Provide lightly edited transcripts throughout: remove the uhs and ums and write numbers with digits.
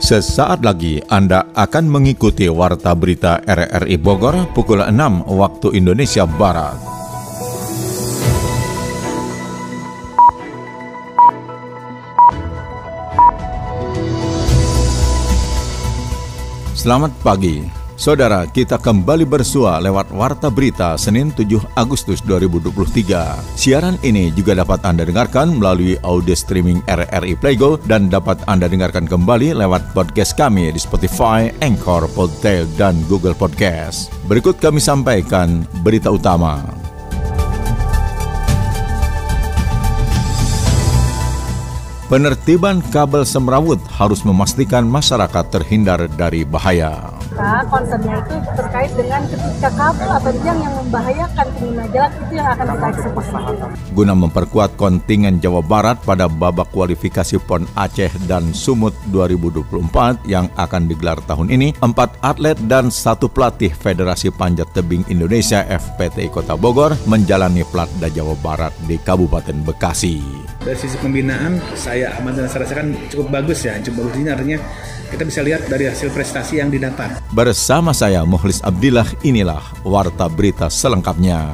Sesaat lagi Anda akan mengikuti Warta Berita RRI Bogor pukul 6 waktu Indonesia Barat. Selamat pagi. Saudara, kita kembali bersua lewat Warta Berita Senin 7 Agustus 2023. Siaran ini juga dapat Anda dengarkan melalui audio streaming RRI Playgo dan dapat Anda dengarkan kembali lewat podcast kami di Spotify, Anchor, Podtail, dan Google Podcast. Berikut kami sampaikan berita utama. Penertiban kabel semrawut harus memastikan masyarakat terhindar dari bahaya. Concernnya itu terkait dengan ketika kabel atau tiang yang membahayakan pengguna jalan itu yang akan kita eksekusi. Guna memperkuat kontingen Jawa Barat pada babak kualifikasi PON Aceh dan Sumut 2024 yang akan digelar tahun ini, 4 atlet dan 1 pelatih Federasi Panjat Tebing Indonesia FPTI Kota Bogor menjalani Platda Jawa Barat di Kabupaten Bekasi. Dari sisi pembinaan, saya amat rasakan cukup bagus ya. Cukup bagus ini artinya kita bisa lihat dari hasil prestasi yang didapat. Bersama saya Mukhlis Abdillah, inilah Warta Berita selengkapnya.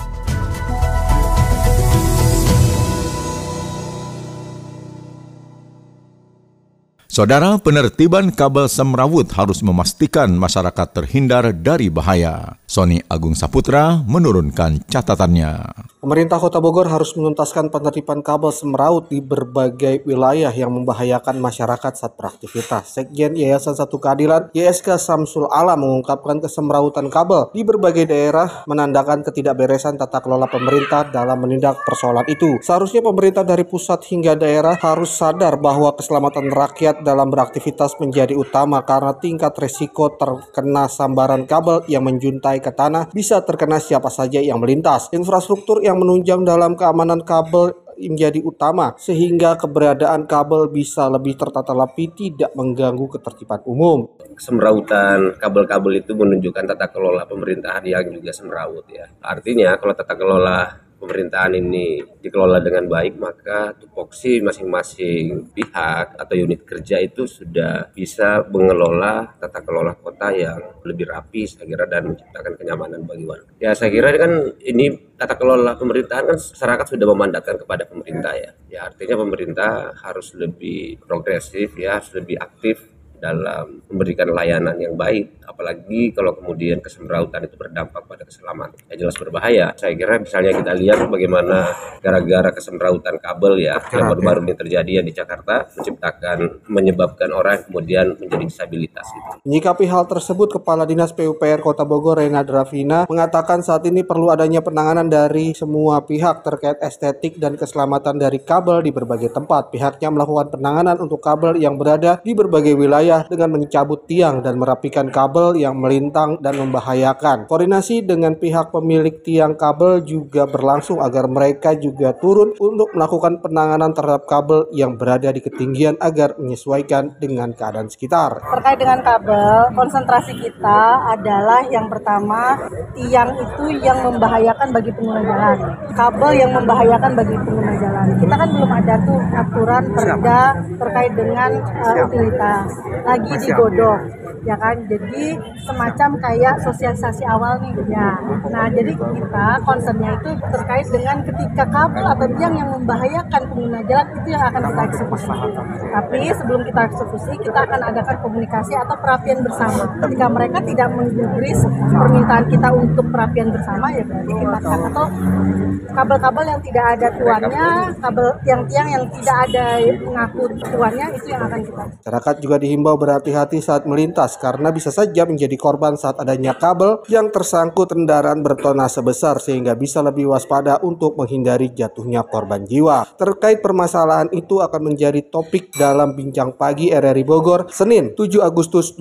Saudara, penertiban kabel semrawut harus memastikan masyarakat terhindar dari bahaya. Sony Agung Saputra menurunkan catatannya. Pemerintah Kota Bogor harus menuntaskan penertiban kabel semrawut di berbagai wilayah yang membahayakan masyarakat saat beraktivitas. Sekjen Yayasan Satu Keadilan YSK Samsul Alam mengungkapkan kesemrawutan kabel di berbagai daerah menandakan ketidakberesan tata kelola pemerintah dalam menindak persoalan itu. Seharusnya pemerintah dari pusat hingga daerah harus sadar bahwa keselamatan rakyat dalam beraktivitas menjadi utama karena tingkat resiko terkena sambaran kabel yang menjuntai ke tanah bisa terkena siapa saja yang melintas. Infrastruktur yang menunjang dalam keamanan kabel menjadi utama sehingga keberadaan kabel bisa lebih tertata rapi, tidak mengganggu ketertiban umum. Semrawutan kabel-kabel itu menunjukkan tata kelola pemerintahan yang juga semrawut ya. Artinya kalau tata kelola pemerintahan ini dikelola dengan baik, maka tupoksi masing-masing pihak atau unit kerja itu sudah bisa mengelola tata kelola kota yang lebih rapi saya kira dan menciptakan kenyamanan bagi warga. Ya saya kira kan ini tata kelola pemerintahan kan masyarakat sudah memandatkan kepada pemerintah ya. Ya artinya pemerintah harus lebih progresif ya, harus lebih aktif dalam memberikan layanan yang baik, apalagi kalau kemudian kesemrawutan itu berdampak pada keselamatan. Ya jelas berbahaya. Saya kira misalnya kita lihat bagaimana gara-gara kesemrawutan kabel ya, yang baru-baru ini terjadi ya di Jakarta, menyebabkan orang kemudian menjadi disabilitas. Menyikapi hal tersebut, Kepala Dinas PUPR Kota Bogor Rena Dravina mengatakan saat ini perlu adanya penanganan dari semua pihak terkait estetik dan keselamatan dari kabel di berbagai tempat. Pihaknya melakukan penanganan untuk kabel yang berada di berbagai wilayah dengan mencabut tiang dan merapikan kabel yang melintang dan membahayakan. Koordinasi dengan pihak pemilik tiang kabel juga berlangsung agar mereka juga turun untuk melakukan penanganan terhadap kabel yang berada di ketinggian agar menyesuaikan dengan keadaan sekitar. Terkait dengan kabel, konsentrasi kita adalah yang pertama, tiang itu yang membahayakan bagi pengguna jalan. Kabel yang membahayakan bagi pengguna jalan. Kita kan belum ada tuh aturan perda terkait dengan utilitas. Lagi digodok ya kan, jadi semacam kayak sosialisasi awal nih ya. Nah jadi kita concernnya itu terkait dengan ketika kabel atau tiang yang membahayakan pengguna jalan itu yang akan kita eksekusi. Tapi sebelum kita eksekusi kita akan adakan komunikasi atau perapian bersama. Ketika mereka tidak menggubris permintaan kita untuk perapian bersama, ya berarti kita akan, atau kabel-kabel yang tidak ada tuannya, kabel tiang-tiang yang tidak ada mengaku tuannya, itu yang akan kita. Masyarakat juga dihimbau berhati-hati saat melintas karena bisa saja menjadi korban saat adanya kabel yang tersangkut kendaraan bertonase besar sehingga bisa lebih waspada untuk menghindari jatuhnya korban jiwa. Terkait permasalahan itu akan menjadi topik dalam Bincang Pagi RRI Bogor Senin 7 Agustus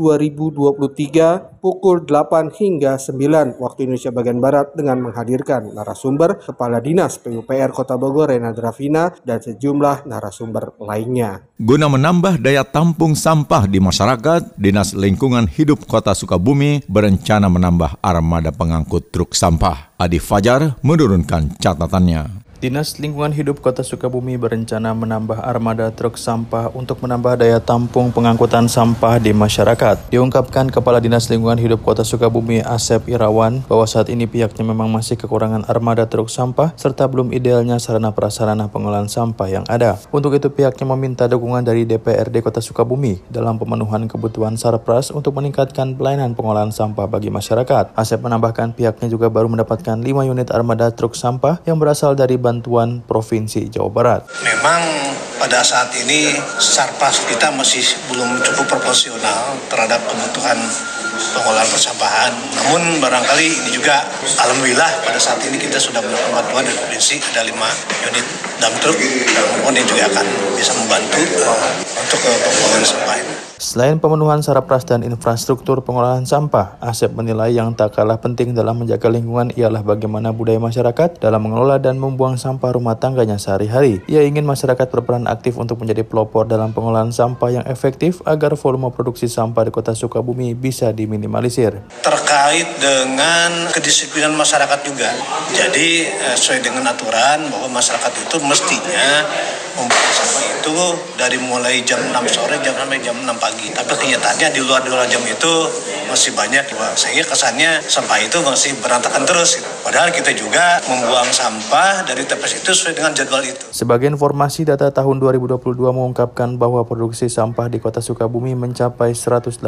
2023 pukul 8 hingga 9 waktu Indonesia bagian Barat dengan menghadirkan narasumber Kepala Dinas PUPR Kota Bogor Rena Dravina dan sejumlah narasumber lainnya. Guna menambah daya tampung sampah di masyarakat, Dinas Lingkungan Hidup Kota Sukabumi berencana menambah armada pengangkut truk sampah. Adi Fajar menurunkan catatannya. Dinas Lingkungan Hidup Kota Sukabumi berencana menambah armada truk sampah untuk menambah daya tampung pengangkutan sampah di masyarakat. Diungkapkan Kepala Dinas Lingkungan Hidup Kota Sukabumi Asep Irawan bahwa saat ini pihaknya memang masih kekurangan armada truk sampah serta belum idealnya sarana prasarana pengolahan sampah yang ada. Untuk itu pihaknya meminta dukungan dari DPRD Kota Sukabumi dalam pemenuhan kebutuhan sarpras untuk meningkatkan pelayanan pengolahan sampah bagi masyarakat. Asep menambahkan pihaknya juga baru mendapatkan 5 unit armada truk sampah yang berasal dari bantuan Provinsi Jawa Barat. Memang pada saat ini sarpras kita masih belum cukup proporsional terhadap kebutuhan pengolahan persampahan. Namun barangkali ini juga alhamdulillah pada saat ini kita sudah melakukan bantuan dari provinsi, ada 5 unit dump truck yang juga akan bisa membantu untuk pengolahan sampah ini. Selain pemenuhan sarapras dan infrastruktur pengolahan sampah, Asep menilai yang tak kalah penting dalam menjaga lingkungan ialah bagaimana budaya masyarakat dalam mengelola dan membuang sampah rumah tangganya sehari-hari. Ia ingin masyarakat berperan aktif untuk menjadi pelopor dalam pengolahan sampah yang efektif agar volume produksi sampah di Kota Sukabumi bisa diminimalisir. Terkait dengan kedisiplinan masyarakat juga. Jadi sesuai dengan aturan bahwa masyarakat itu mestinya membuang sampah itu dari mulai jam 6 sore sampai jam 6 pagi. Tapi kenyataannya di luar jam itu masih banyak, sehingga kesannya sampah itu masih berantakan terus. Padahal kita juga membuang sampah dari TPS itu sesuai dengan jadwal itu. Sebagai informasi, data tahun 2022 mengungkapkan bahwa produksi sampah di Kota Sukabumi mencapai 180,4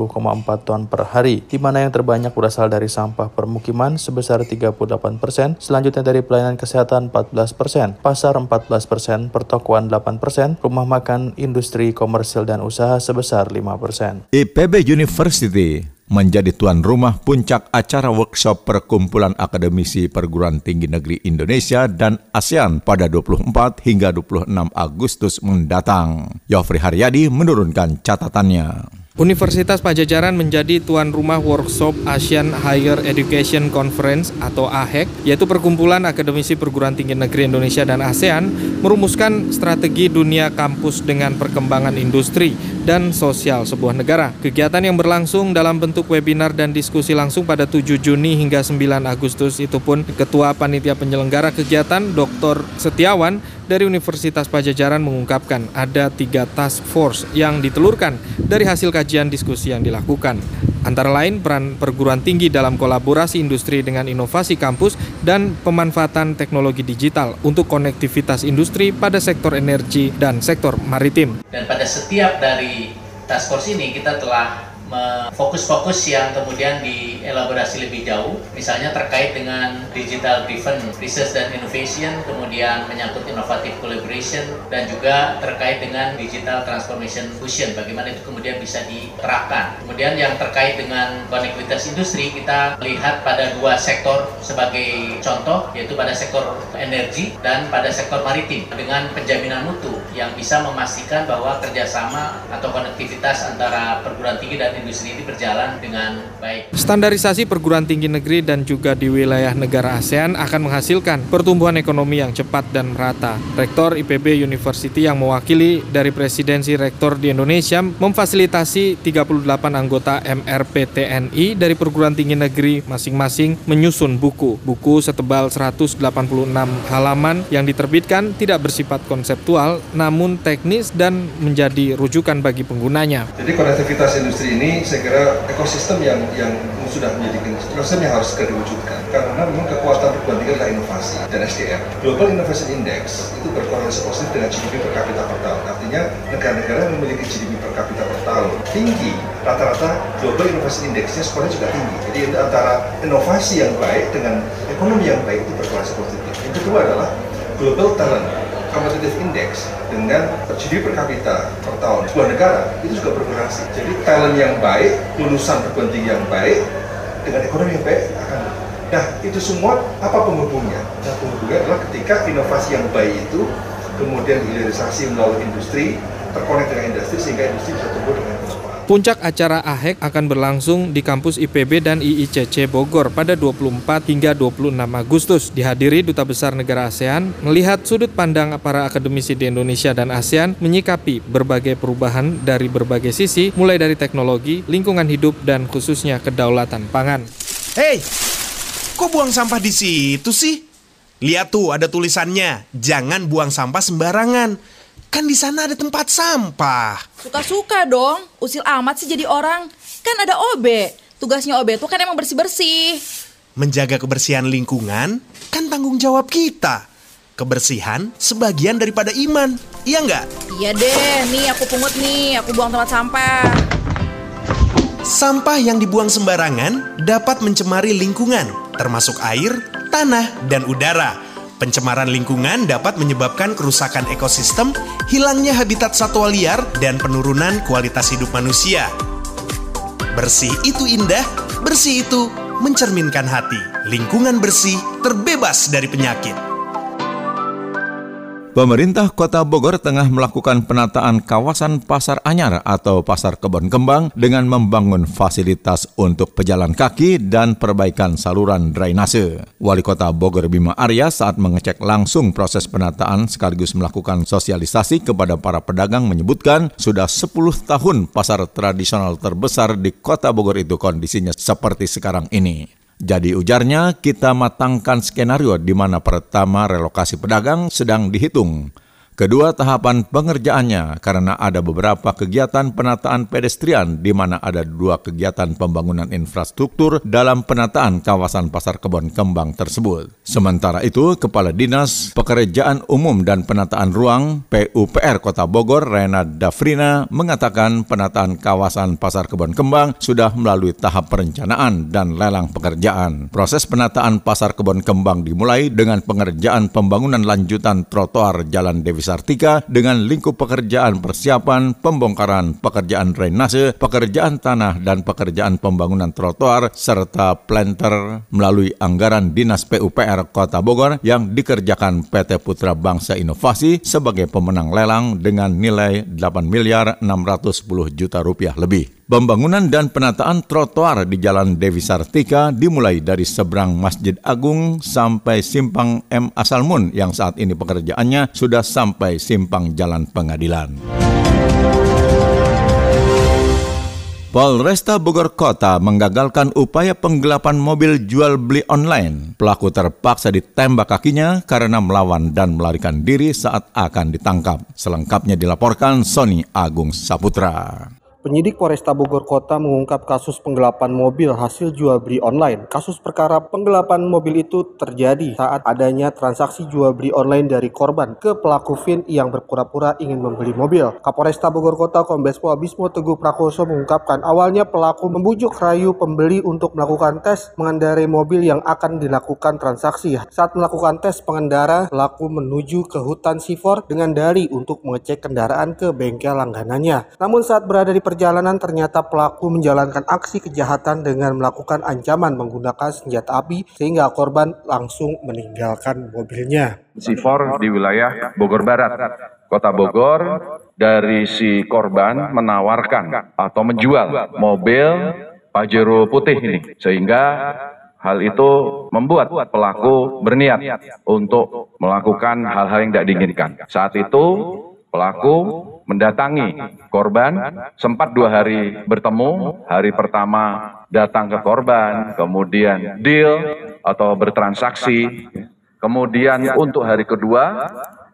ton per hari, di mana yang terbanyak berasal dari sampah permukiman sebesar 38%, selanjutnya dari pelayanan kesehatan 14%, pasar 14%, pertokoan 8%, rumah makan, industri, komersil, dan usaha sebesar 5%. IPB University menjadi tuan rumah puncak acara workshop perkumpulan akademisi perguruan tinggi negeri Indonesia dan ASEAN pada 24 hingga 26 Agustus mendatang. Yofri Haryadi menurunkan catatannya. Universitas Padjadjaran menjadi tuan rumah workshop Asian Higher Education Conference atau AHEC, yaitu perkumpulan akademisi perguruan tinggi negeri Indonesia dan ASEAN, merumuskan strategi dunia kampus dengan perkembangan industri dan sosial sebuah negara. Kegiatan yang berlangsung dalam bentuk webinar dan diskusi langsung pada 7 Juni hingga 9 Agustus itu pun Ketua Panitia Penyelenggara Kegiatan Dr. Setiawan dari Universitas Padjadjaran mengungkapkan ada 3 task force yang ditelurkan dari hasil kajian diskusi yang dilakukan. Antara lain peran perguruan tinggi dalam kolaborasi industri dengan inovasi kampus dan pemanfaatan teknologi digital untuk konektivitas industri pada sektor energi dan sektor maritim. Dan pada setiap dari task force ini kita telah fokus-fokus yang kemudian dielaborasi lebih jauh, misalnya terkait dengan digital driven research dan innovation, kemudian menyangkut innovative collaboration, dan juga terkait dengan digital transformation fusion, bagaimana itu kemudian bisa diterapkan. Kemudian yang terkait dengan konektivitas industri, kita lihat pada 2 sektor sebagai contoh, yaitu pada sektor energi dan pada sektor maritim, dengan penjaminan mutu yang bisa memastikan bahwa kerjasama atau konektivitas antara perguruan tinggi dan industri ini berjalan dengan baik. Standarisasi perguruan tinggi negeri dan juga di wilayah negara ASEAN akan menghasilkan pertumbuhan ekonomi yang cepat dan merata. Rektor IPB University yang mewakili dari Presidensi Rektor di Indonesia memfasilitasi 38 anggota MRPTNI dari perguruan tinggi negeri masing-masing menyusun buku setebal 186 halaman yang diterbitkan tidak bersifat konseptual namun teknis dan menjadi rujukan bagi penggunanya. Jadi konektivitas industri ini saya kira ekosistem yang sudah menjadi ekosistem yang harus segera diwujudkan, karena memang kekuatan perguruan tinggi adalah inovasi dan SDM. Global Innovation Index itu berkorelasi positif dengan GDP per kapita per tahun. Artinya negara-negara yang memiliki GDP per kapita per tahun tinggi, rata-rata Global Innovation Index-nya skornya juga tinggi. Jadi antara inovasi yang baik dengan ekonomi yang baik itu berkorelasi positif. Yang kedua adalah Global Talent Competitive Index dengan GDP per kapita per tahun sebuah negara itu juga berkorelasi. Jadi talent yang baik, lulusan perguruan tinggi yang baik dengan ekonomi yang baik akan. Nah itu semua apa penghubungnya? Nah penghubungnya adalah ketika inovasi yang baik itu kemudian hilirisasi melalui industri, terkonek dengan industri sehingga industri bisa tumbuh dengan cepat. Puncak acara AHEC akan berlangsung di kampus IPB dan IICC Bogor pada 24 hingga 26 Agustus. Dihadiri Duta Besar Negara ASEAN, melihat sudut pandang para akademisi di Indonesia dan ASEAN menyikapi berbagai perubahan dari berbagai sisi, mulai dari teknologi, lingkungan hidup, dan khususnya kedaulatan pangan. Hei, kok buang sampah di situ sih? Lihat tuh ada tulisannya, jangan buang sampah sembarangan. Kan di sana ada tempat sampah. Suka-suka dong, usil amat sih jadi orang. Kan ada OB, tugasnya OB itu kan emang bersih-bersih. Menjaga kebersihan lingkungan kan tanggung jawab kita. Kebersihan sebagian daripada iman, iya nggak? Iya deh, nih aku pungut nih, aku buang tempat sampah. Sampah yang dibuang sembarangan dapat mencemari lingkungan, termasuk air, tanah, dan udara. Pencemaran lingkungan dapat menyebabkan kerusakan ekosistem, hilangnya habitat satwa liar, dan penurunan kualitas hidup manusia. Bersih itu indah, bersih itu mencerminkan hati. Lingkungan bersih terbebas dari penyakit. Pemerintah Kota Bogor tengah melakukan penataan kawasan Pasar Anyar atau Pasar Kebon Kembang dengan membangun fasilitas untuk pejalan kaki dan perbaikan saluran drainase. Wali Kota Bogor Bima Arya saat mengecek langsung proses penataan sekaligus melakukan sosialisasi kepada para pedagang menyebutkan sudah 10 tahun pasar tradisional terbesar di Kota Bogor itu kondisinya seperti sekarang ini. Jadi ujarnya, kita matangkan skenario di mana pertama relokasi pedagang sedang dihitung. Kedua, tahapan pengerjaannya karena ada beberapa kegiatan penataan pedestrian di mana ada 2 kegiatan pembangunan infrastruktur dalam penataan kawasan Pasar Kebon Kembang tersebut. Sementara itu, Kepala Dinas Pekerjaan Umum dan Penataan Ruang PUPR Kota Bogor, Rena Dafrina, mengatakan penataan kawasan Pasar Kebon Kembang sudah melalui tahap perencanaan dan lelang pekerjaan. Proses penataan Pasar Kebon Kembang dimulai dengan pengerjaan pembangunan lanjutan trotoar Jalan Dewi Sartika dengan lingkup pekerjaan persiapan, pembongkaran, pekerjaan drainase, pekerjaan tanah, dan pekerjaan pembangunan trotoar, serta planter melalui anggaran Dinas PUPR Kota Bogor yang dikerjakan PT Putra Bangsa Inovasi sebagai pemenang lelang dengan nilai 8.610 juta rupiah lebih. Pembangunan dan penataan trotoar di Jalan Dewi Sartika dimulai dari seberang Masjid Agung sampai Simpang M. Asalmun yang saat ini pekerjaannya sudah sampai Simpang Jalan Pengadilan. Polresta Bogor Kota menggagalkan upaya penggelapan mobil jual beli online. Pelaku terpaksa ditembak kakinya karena melawan dan melarikan diri saat akan ditangkap. Selengkapnya dilaporkan Sony Agung Saputra. Penyidik Polresta Bogor Kota mengungkap kasus penggelapan mobil hasil jual beli online. Kasus perkara penggelapan mobil itu terjadi saat adanya transaksi jual beli online dari korban ke pelaku VIN yang berpura-pura ingin membeli mobil. Kapolresta Bogor Kota Kombes Pol Bismo Teguh Prakoso mengungkapkan awalnya pelaku membujuk rayu pembeli untuk melakukan tes mengendarai mobil yang akan dilakukan transaksi. Saat melakukan tes pengendara, pelaku menuju ke hutan Sifor dengan dalih untuk mengecek kendaraan ke bengkel langganannya. Namun saat berada di perjalanan ternyata pelaku menjalankan aksi kejahatan dengan melakukan ancaman menggunakan senjata api sehingga korban langsung meninggalkan mobilnya. Sifor di wilayah Bogor Barat, Kota Bogor, dari si korban menawarkan atau menjual mobil Pajero putih ini sehingga hal itu membuat pelaku berniat untuk melakukan hal-hal yang tidak diinginkan. Saat itu pelaku mendatangi korban, sempat 2 hari bertemu. Hari pertama datang ke korban, kemudian deal atau bertransaksi. Kemudian untuk hari kedua,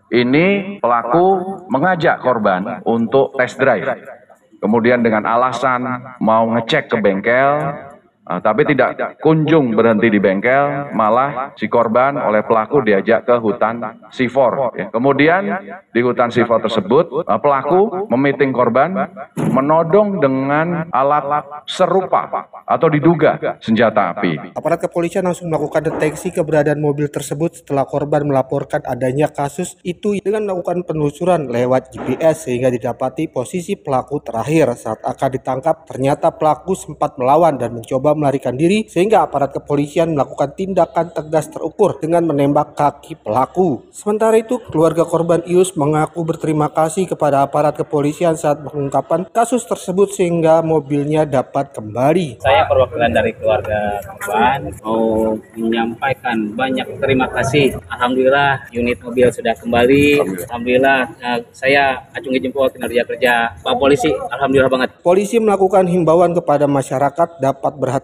ini pelaku mengajak korban untuk test drive. Kemudian dengan alasan mau ngecek ke bengkel, tapi tidak kunjung berhenti di bengkel, malah si korban oleh pelaku diajak ke hutan Sifor. Kemudian di hutan Sifor tersebut, pelaku memiting korban, menodong dengan alat serupa atau diduga senjata api. Aparat kepolisian langsung melakukan deteksi keberadaan mobil tersebut setelah korban melaporkan adanya kasus itu dengan melakukan penelusuran lewat GPS sehingga didapati posisi pelaku terakhir. Saat akan ditangkap, ternyata pelaku sempat melawan dan mencoba melarikan diri sehingga aparat kepolisian melakukan tindakan tegas terukur dengan menembak kaki pelaku. Sementara itu, keluarga korban Ius mengaku berterima kasih kepada aparat kepolisian saat mengungkapkan kasus tersebut sehingga mobilnya dapat kembali. Saya perwakilan dari keluarga korban mau menyampaikan banyak terima kasih. Alhamdulillah unit mobil sudah kembali. Alhamdulillah saya acungi jempol kinerja kerja Pak Polisi. Alhamdulillah banget. Polisi melakukan himbauan kepada masyarakat dapat berhati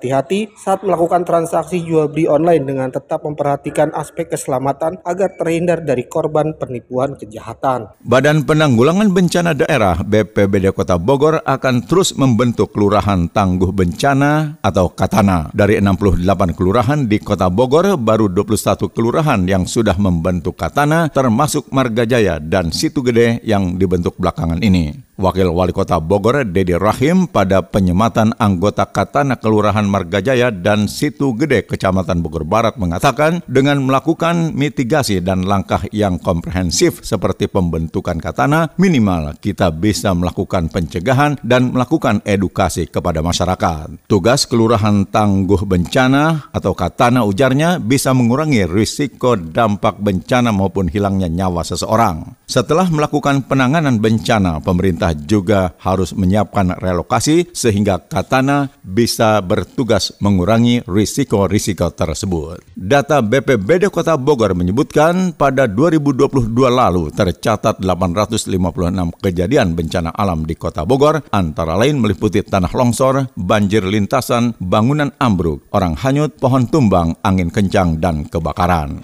berhati-hati saat melakukan transaksi jual beli online dengan tetap memperhatikan aspek keselamatan agar terhindar dari korban penipuan kejahatan. Badan Penanggulangan Bencana Daerah BPBD Kota Bogor akan terus membentuk Kelurahan Tangguh Bencana atau Katana. Dari 68 kelurahan di Kota Bogor, baru 21 kelurahan yang sudah membentuk Katana, termasuk Margajaya dan Situ Gede yang dibentuk belakangan ini. Wakil Wali Kota Bogor, Dedi Rahim, pada penyematan anggota Katana Kelurahan Margajaya dan Situ Gede, Kecamatan Bogor Barat, mengatakan dengan melakukan mitigasi dan langkah yang komprehensif seperti pembentukan Katana, minimal kita bisa melakukan pencegahan dan melakukan edukasi kepada masyarakat. Tugas Kelurahan Tangguh Bencana atau Katana, ujarnya, bisa mengurangi risiko dampak bencana maupun hilangnya nyawa seseorang. Setelah melakukan penanganan bencana, pemerintah juga harus menyiapkan relokasi sehingga Katana bisa bertugas mengurangi risiko-risiko tersebut. Data BPBD Kota Bogor menyebutkan pada 2022 lalu tercatat 856 kejadian bencana alam di Kota Bogor, antara lain meliputi tanah longsor, banjir lintasan, bangunan ambruk, orang hanyut, pohon tumbang, angin kencang, dan kebakaran.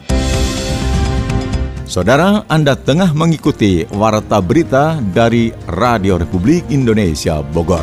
Saudara, Anda tengah mengikuti Warta Berita dari Radio Republik Indonesia Bogor.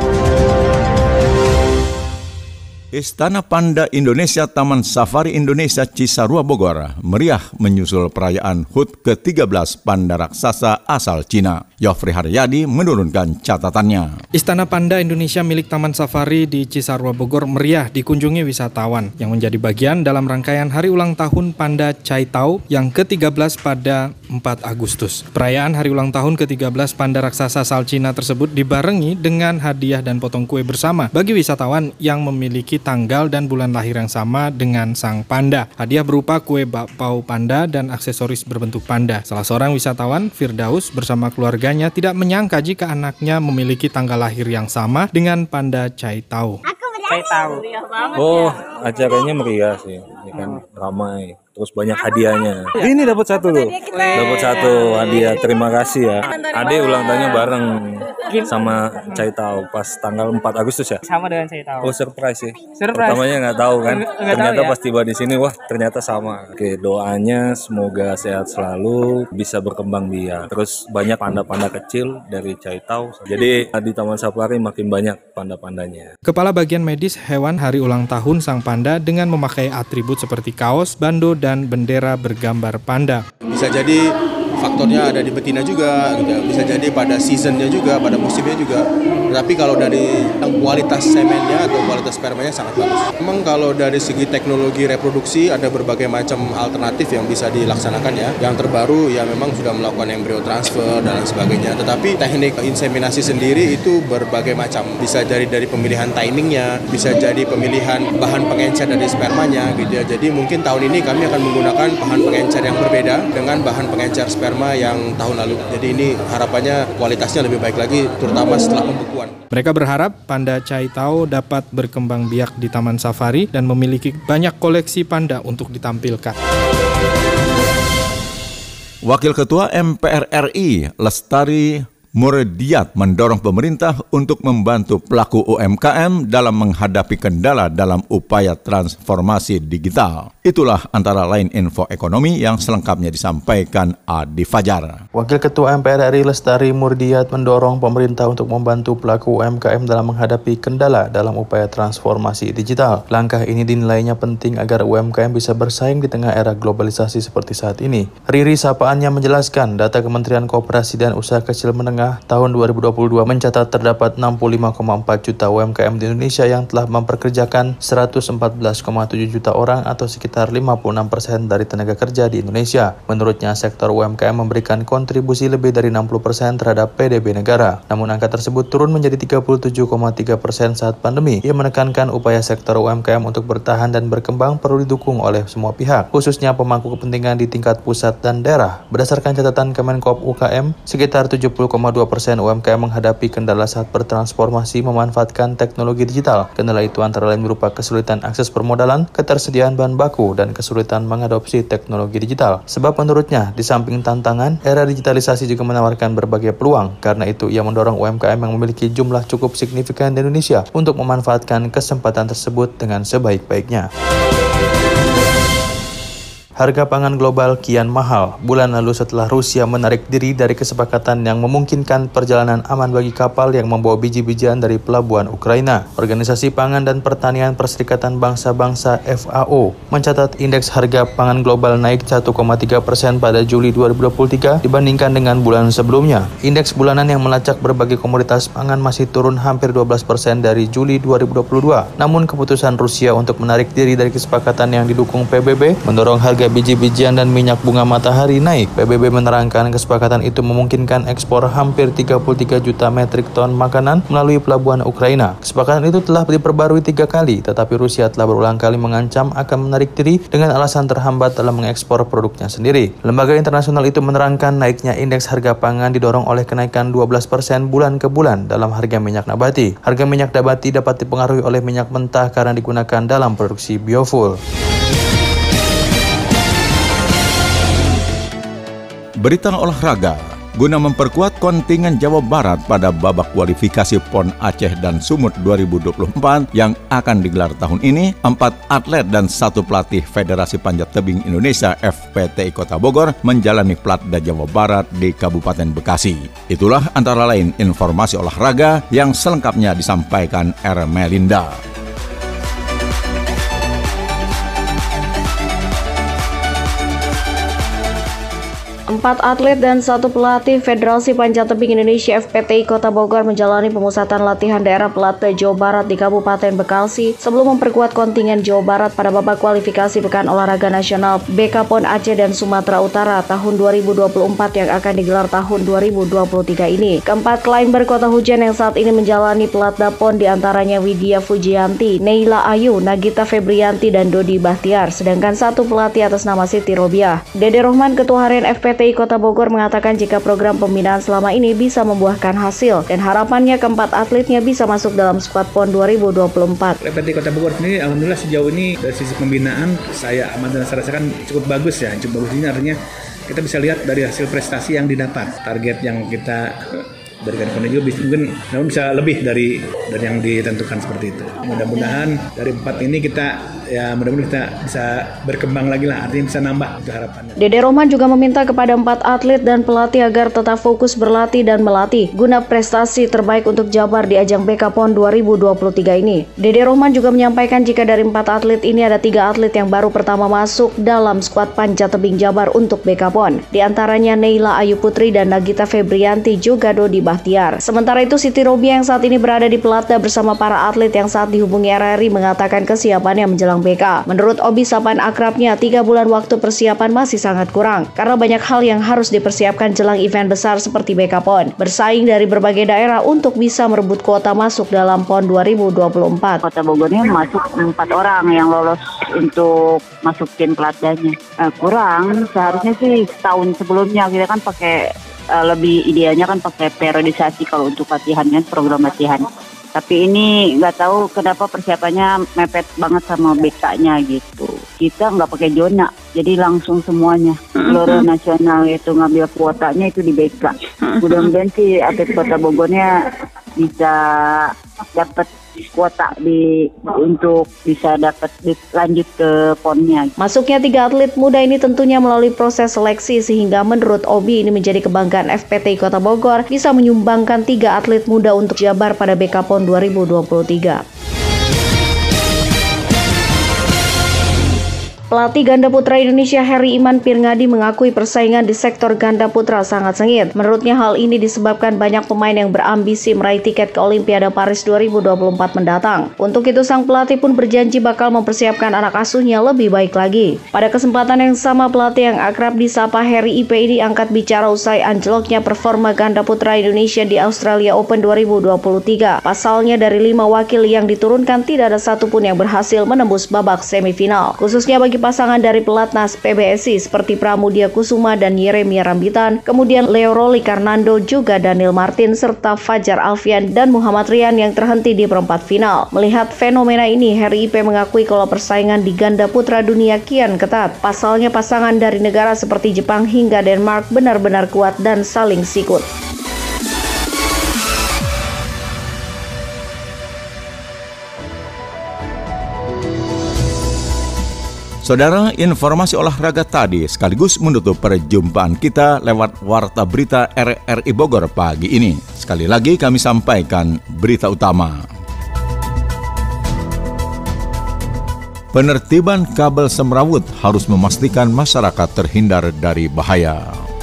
Istana Panda Indonesia Taman Safari Indonesia Cisarua Bogor meriah menyusul perayaan HUT ke-13 panda raksasa asal Cina. Yofri Haryadi menurunkan catatannya. Istana Panda Indonesia milik Taman Safari di Cisarua Bogor meriah dikunjungi wisatawan yang menjadi bagian dalam rangkaian hari ulang tahun Panda Chai Tao yang ke-13 pada 4 Agustus. Perayaan hari ulang tahun ke-13 panda raksasa asal Cina tersebut dibarengi dengan hadiah dan potong kue bersama bagi wisatawan yang memiliki tanggal dan bulan lahir yang sama dengan sang panda. Hadiah berupa kue bakpao panda dan aksesoris berbentuk panda. Salah seorang wisatawan, Firdaus, bersama keluarganya tidak menyangka jika anaknya memiliki tanggal lahir yang sama dengan panda Chai Tao. Chai Tao. Oh, acaranya meriah sih, ya kan, ramai. Terus banyak hadiahnya. Ini dapat satu loh. Dapat satu hadiah. Terima kasih ya. Ade ulang tahunnya bareng sama Chai Tao pas tanggal 4 Agustus ya. Sama dengan Chai Tao. Oh, surprise sih. Surprise. Pertamanya nggak tahu kan. Ternyata tahu ya? Pas tiba di sini, wah ternyata sama. Oke, doanya semoga sehat selalu, bisa berkembang biak. Terus banyak panda-panda kecil dari Chai Tao. Jadi di Taman Safari makin banyak panda-pandanya. Kepala bagian medis hewan hari ulang tahun sang panda dengan memakai atribut seperti kaos, bando, dan bendera bergambar panda. Bisa jadi faktornya ada di betina juga, gitu. Bisa jadi pada seasonnya juga, pada musimnya juga. Tapi kalau dari kualitas semennya atau kualitas spermanya sangat bagus. Memang kalau dari segi teknologi reproduksi ada berbagai macam alternatif yang bisa dilaksanakan ya. Yang terbaru ya memang sudah melakukan embrio transfer dan lain sebagainya. Tetapi teknik inseminasi sendiri itu berbagai macam. Bisa jadi dari pemilihan timingnya, bisa jadi pemilihan bahan pengencer dari spermanya gitu ya. Jadi mungkin tahun ini kami akan menggunakan bahan pengencer yang berbeda dengan bahan pengencer sperma yang tahun lalu. Jadi ini harapannya kualitasnya lebih baik lagi, terutama setelah pembukuan. Mereka berharap panda Chai Tao dapat berkembang biak di Taman Safari dan memiliki banyak koleksi panda untuk ditampilkan. Wakil Ketua MPR RI Lestari Murdiat mendorong pemerintah untuk membantu pelaku UMKM dalam menghadapi kendala dalam upaya transformasi digital. Itulah antara lain info ekonomi yang selengkapnya disampaikan Adi Fajar. Wakil Ketua MPR RI Lestari Murdiat mendorong pemerintah untuk membantu pelaku UMKM dalam menghadapi kendala dalam upaya transformasi digital. Langkah ini dinilainya penting agar UMKM bisa bersaing di tengah era globalisasi seperti saat ini. Riri Sapaannya menjelaskan, data Kementerian Koperasi dan Usaha Kecil Menengah tahun 2022 mencatat terdapat 65,4 juta UMKM di Indonesia yang telah memperkerjakan 114,7 juta orang atau sekitar 56% dari tenaga kerja di Indonesia. Menurutnya, sektor UMKM memberikan kontribusi lebih dari 60% terhadap PDB negara. Namun angka tersebut turun menjadi 37,3% saat pandemi. Ia menekankan upaya sektor UMKM untuk bertahan dan berkembang perlu didukung oleh semua pihak, khususnya pemangku kepentingan di tingkat pusat dan daerah. Berdasarkan catatan Kemenkop UKM, sekitar 70,2 UMKM menghadapi kendala saat bertransformasi memanfaatkan teknologi digital. Kendala itu antara lain berupa kesulitan akses permodalan, ketersediaan bahan baku, dan kesulitan mengadopsi teknologi digital. Sebab menurutnya, di samping tantangan, era digitalisasi juga menawarkan berbagai peluang. Karena itu, ia mendorong UMKM yang memiliki jumlah cukup signifikan di Indonesia untuk memanfaatkan kesempatan tersebut dengan sebaik-baiknya. Harga pangan global kian mahal bulan lalu setelah Rusia menarik diri dari kesepakatan yang memungkinkan perjalanan aman bagi kapal yang membawa biji-bijian dari pelabuhan Ukraina. Organisasi Pangan dan Pertanian Perserikatan Bangsa-Bangsa FAO mencatat indeks harga pangan global naik 1,3% pada Juli 2023 dibandingkan dengan bulan sebelumnya. Indeks bulanan yang melacak berbagai komoditas pangan masih turun hampir 12% dari Juli 2022. Namun keputusan Rusia untuk menarik diri dari kesepakatan yang didukung PBB mendorong harga biji-bijian dan minyak bunga matahari naik. PBB menerangkan kesepakatan itu memungkinkan ekspor hampir 33 juta metrik ton makanan melalui pelabuhan Ukraina. Kesepakatan itu telah diperbarui 3 kali, tetapi Rusia telah berulang kali mengancam akan menarik diri dengan alasan terhambat dalam mengekspor produknya sendiri. Lembaga internasional itu menerangkan naiknya indeks harga pangan didorong oleh kenaikan 12% bulan ke bulan dalam harga minyak nabati. Harga minyak nabati dapat dipengaruhi oleh minyak mentah karena digunakan dalam produksi biofuel. Berita olahraga, guna memperkuat kontingen Jawa Barat pada babak kualifikasi PON Aceh dan Sumut 2024 yang akan digelar tahun ini, 4 atlet dan 1 pelatih Federasi Panjat Tebing Indonesia FPTI Kota Bogor menjalani Platda Jawa Barat di Kabupaten Bekasi. Itulah antara lain informasi olahraga yang selengkapnya disampaikan Ermelinda. 4 atlet dan 1 pelatih Federasi Panjat Tebing Indonesia FPTI Kota Bogor menjalani pemusatan latihan daerah Platda Jawa Barat di Kabupaten Bekasi sebelum memperkuat kontingen Jawa Barat pada babak kualifikasi Pekan Olahraga Nasional BK PON Aceh dan Sumatera Utara tahun 2024 yang akan digelar tahun 2023 ini. Keempat climber Kota Hujan yang saat ini menjalani Platda PON diantaranya Widya Fujianti, Neila Ayu, Nagita Febrianti, dan Dodi Bahtiar, sedangkan 1 pelatih atas nama Siti Robiah. Dede Rohman, Ketua Harian FPTI Kota Bogor, mengatakan jika program pembinaan selama ini bisa membuahkan hasil dan harapannya keempat atletnya bisa masuk dalam skuad PON 2024. FPTI Kota Bogor ini alhamdulillah sejauh ini dari sisi pembinaan saya amat dan saya rasakan cukup bagus ya. Cukup bagus ini artinya kita bisa lihat dari hasil prestasi yang didapat. Target yang kita berikan kepada juga mungkin namun bisa lebih dari yang ditentukan seperti itu. Mudah-mudahan dari 4 ini kita bisa berkembang lagi lah, artinya bisa nambah, itu harapannya. Dede Rohman juga meminta kepada 4 atlet dan pelatih agar tetap fokus berlatih dan melatih guna prestasi terbaik untuk Jabar di ajang BK PON 2023 ini. Dede Rohman juga menyampaikan jika dari 4 atlet ini ada 3 atlet yang baru pertama masuk dalam skuad Panjat Tebing Jabar untuk BK PON. Di antaranya Neila Ayu Putri dan Nagita Febrianti juga Dodi Bahtiar. Sementara itu Siti Robiah yang saat ini berada di Platda bersama para atlet yang saat dihubungi RRI mengatakan kesiapannya menjelang BK. Menurut Obi sapaan akrabnya, 3 bulan waktu persiapan masih sangat kurang karena banyak hal yang harus dipersiapkan jelang event besar seperti BK PON. Bersaing dari berbagai daerah untuk bisa merebut kuota masuk dalam PON 2024. Kota Bogornya masuk 4 orang yang lolos untuk masukin Platdanya. Kurang, seharusnya sih tahun sebelumnya kita kan pakai lebih idealnya kan pakai periodisasi kalau untuk latihan kan, program latihan. Tapi ini nggak tahu kenapa persiapannya mepet banget sama BK-nya gitu. Kita nggak pakai zona, jadi langsung semuanya. Seluruh nasional itu ngambil kuotanya itu di BK. Mudah-mudahan sih atlet Kota Bogornya bisa dapat kuota untuk bisa dapat lanjut ke PON-nya. Masuknya 3 atlet muda ini tentunya melalui proses seleksi sehingga menurut Obi ini menjadi kebanggaan FPTI Kota Bogor bisa menyumbangkan 3 atlet muda untuk Jabar pada BK PON 2023. Pelatih ganda putra Indonesia Heri Iman Pirngadi mengakui persaingan di sektor ganda putra sangat sengit. Menurutnya hal ini disebabkan banyak pemain yang berambisi meraih tiket ke Olimpiade Paris 2024 mendatang. Untuk itu sang pelatih pun berjanji bakal mempersiapkan anak asuhnya lebih baik lagi. Pada kesempatan yang sama pelatih yang akrab disapa Heri IP ini angkat bicara usai anjloknya performa ganda putra Indonesia di Australia Open 2023. Pasalnya dari 5 wakil yang diturunkan tidak ada satupun yang berhasil menembus babak semifinal. Khususnya bagi pasangan dari pelatnas PBSI seperti Pramudia Kusuma dan Yeremia Rambitan, kemudian Leo Roli Karnando, juga Daniel Martin, serta Fajar Alfian dan Muhammad Rian yang terhenti di perempat final. Melihat fenomena ini, HRIP mengakui kalau persaingan di ganda putra dunia kian ketat. Pasalnya pasangan dari negara seperti Jepang hingga Denmark benar-benar kuat dan saling sikut. Saudara, informasi olahraga tadi sekaligus menutup perjumpaan kita lewat Warta Berita RRI Bogor pagi ini. Sekali lagi kami sampaikan berita utama. Penertiban kabel semrawut harus memastikan masyarakat terhindar dari bahaya.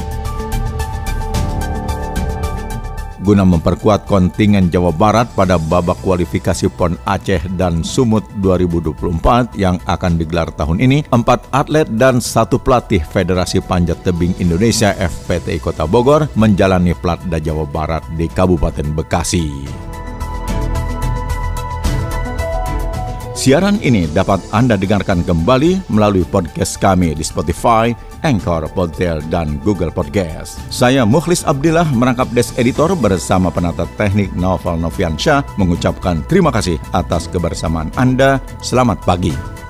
Guna memperkuat kontingen Jawa Barat pada babak kualifikasi PON Aceh dan Sumut 2024 yang akan digelar tahun ini, 4 atlet dan 1 pelatih Federasi Panjat Tebing Indonesia FPTI Kota Bogor menjalani Platda Jawa Barat di Kabupaten Bekasi. Siaran ini dapat Anda dengarkan kembali melalui podcast kami di Spotify, Anchor, Podtail, dan Google Podcast. Saya Mukhlis Abdillah merangkap Desk Editor bersama penata teknik Naufal Noviansyah mengucapkan terima kasih atas kebersamaan Anda. Selamat pagi.